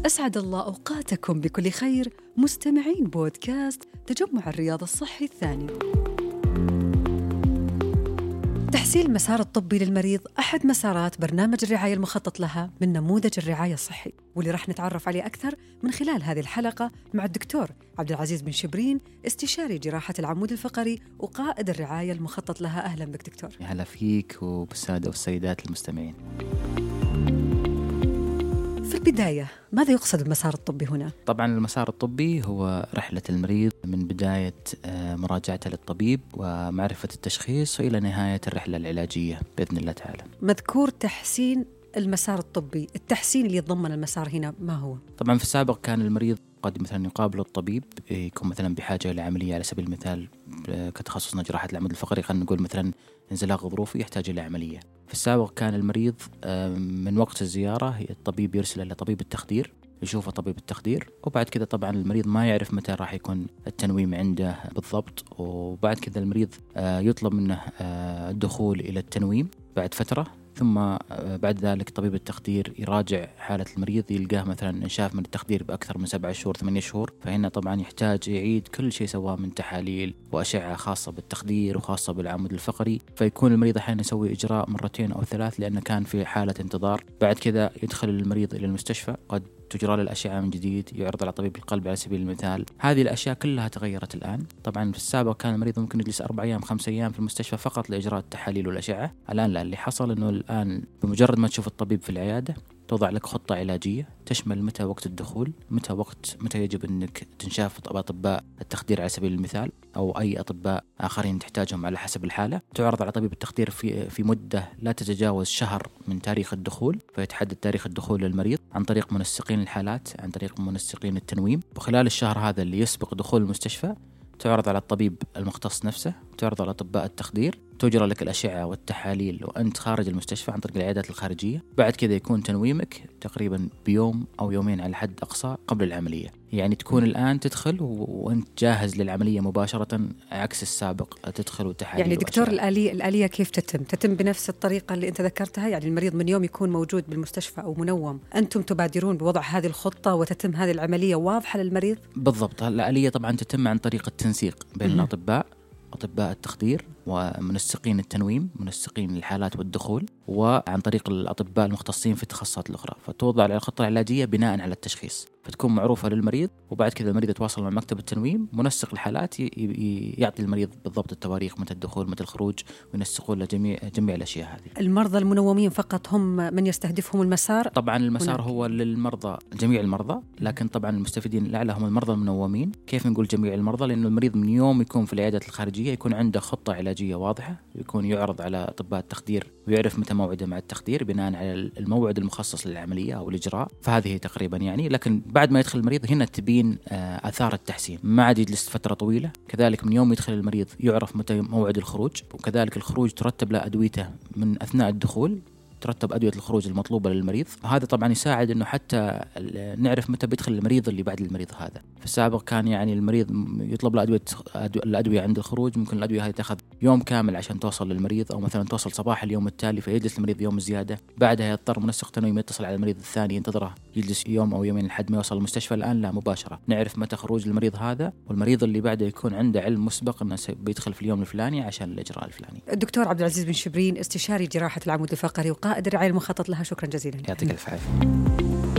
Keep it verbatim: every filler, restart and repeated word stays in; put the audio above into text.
أسعد الله أوقاتكم بكل خير مستمعين بودكاست تجمع الرياض الصحي الثاني. تحسين المسار الطبي للمريض أحد مسارات برنامج الرعاية المخطط لها من نموذج الرعاية الصحي، واللي راح نتعرف عليه أكثر من خلال هذه الحلقة مع الدكتور عبد العزيز بن شبرين، استشاري جراحة العمود الفقري وقائد الرعاية المخطط لها. أهلا بك دكتور. أهلا فيك وبالسادة والسيدات المستمعين. في البداية ماذا يقصد بالمسار الطبي هنا؟ طبعا المسار الطبي هو رحلة المريض من بداية مراجعته للطبيب ومعرفة التشخيص وإلى نهاية الرحلة العلاجية بإذن الله تعالى. مذكور تحسين المسار الطبي، التحسين اللي يتضمن المسار هنا ما هو؟ طبعا في السابق كان المريض قد مثلا يقابل الطبيب يكون مثلا بحاجة إلى عملية، على سبيل المثال كتخصصنا جراحة العمود الفقري خلينا نقول مثلا انزلاق غضروفي يحتاج إلى عملية. في السابق كان المريض من وقت الزيارة الطبيب يرسل لطبيب التخدير يشوفه طبيب التخدير، وبعد كذا طبعا المريض ما يعرف متى راح يكون التنويم عنده بالضبط، وبعد كذا المريض يطلب منه الدخول إلى التنويم بعد فترة، ثم بعد ذلك طبيب التخدير يراجع حالة المريض يلقاه مثلا انشاف من التخدير بأكثر من سبعة شهور ثمانية شهور، فهنا طبعا يحتاج يعيد كل شيء سواه من تحاليل وأشعة خاصة بالتخدير وخاصة بالعمود الفقري، فيكون المريض أحيانا يسوي إجراء مرتين أو ثلاث لأنه كان في حالة انتظار. بعد كذا يدخل المريض إلى المستشفى، قد تجرى له الأشعة من جديد، يعرض على طبيب القلب على سبيل المثال. هذه الأشياء كلها تغيرت الآن. طبعا في السابق كان المريض ممكن يجلس أربع أيام خمس أيام في المستشفى فقط لإجراء التحاليل والأشعة. الآن لا، اللي حصل إنه الآن بمجرد ما تشوف الطبيب في العيادة توضع لك خطة علاجية تشمل متى وقت الدخول، متى وقت متى يجب أنك تنشاف أطباء التخدير على سبيل المثال أو أي أطباء آخرين تحتاجهم على حسب الحالة. تعرض على طبيب التخدير في في مدة لا تتجاوز شهر من تاريخ الدخول، فيتحدد تاريخ الدخول للمريض عن طريق منسقين الحالات، عن طريق منسقين التنويم. وخلال الشهر هذا اللي يسبق دخول المستشفى تعرض على الطبيب المختص نفسه، تعرض على أطباء التخدير، تجرى لك الأشعة والتحاليل وأنت خارج المستشفى عن طريق العيادات الخارجية. بعد كذا يكون تنويمك تقريبا بيوم أو يومين على حد أقصى قبل العملية، يعني تكون الآن تدخل وأنت جاهز للعملية مباشرة عكس السابق تدخل وتحاليل. يعني دكتور الآلية الآلية كيف تتم؟ تتم بنفس الطريقة اللي أنت ذكرتها، يعني المريض من يوم يكون موجود بالمستشفى أو منوم أنتم تبادرون بوضع هذه الخطة وتتم هذه العملية واضحة للمريض؟ بالضبط. الآلية طبعا تتم عن طريق التنسيق بين م- الأطباء أطباء التخدير ومنسقين التنويم، منسقين الحالات والدخول، وعن طريق الأطباء المختصين في التخصصات الأخرى. فتوضع الخطة العلاجية بناء على التشخيص، فتكون معروفة للمريض، وبعد كذا المريض يتواصل مع مكتب التنويم، منسق الحالات يعطي المريض بالضبط التواريخ متى الدخول متى الخروج، وينسقون له جميع جميع الأشياء هذه. المرضى المنومين فقط هم من يستهدفهم المسار؟ طبعا المسار هناك. هو للمرضى، جميع المرضى، لكن طبعا المستفيدين الأعلى هم المرضى المنومين. كيف نقول جميع المرضى؟ لأنه المريض من يوم يكون في العيادات الخارجية يكون عنده خطة علاجية واضحة، يكون يعرض على أطباء التخدير ويعرف متى موعده مع التخدير بناء على الموعد المخصص للعملية أو الإجراء. فهذه تقريبا يعني. لكن بعد ما يدخل المريض هنا تبين آثار التحسين، ما عاد يجلس فترة طويلة. كذلك من يوم يدخل المريض يعرف متى موعد الخروج، وكذلك الخروج ترتب له أدويته من أثناء الدخول، ترتب أدوية الخروج المطلوبة للمريض. هذا طبعا يساعد إنه حتى نعرف متى بيدخل المريض اللي بعد المريض هذا. في السابق كان يعني المريض يطلب له أدوية الأدوية عند الخروج، ممكن الأدوية هذه تأخذ يوم كامل عشان توصل للمريض، أو مثلا توصل صباح اليوم التالي فيجلس المريض يوم زيادة. بعدها يضطر منسق تنويم يتصل على المريض الثاني ينتظره يجلس يوم أو يومين لحد ما يوصل المستشفى. الآن لا، مباشرة نعرف متى خروج المريض هذا، والمريض اللي بعده يكون عنده علم مسبق إنه بيدخل في اليوم الفلاني عشان الإجراء الفلاني. الدكتور عبد العزيز بن شبرين، استشاري جراحة العمود الفقري وقائد الرعاية المخطط لها، شكرا جزيلا. يعطيك الف عافية.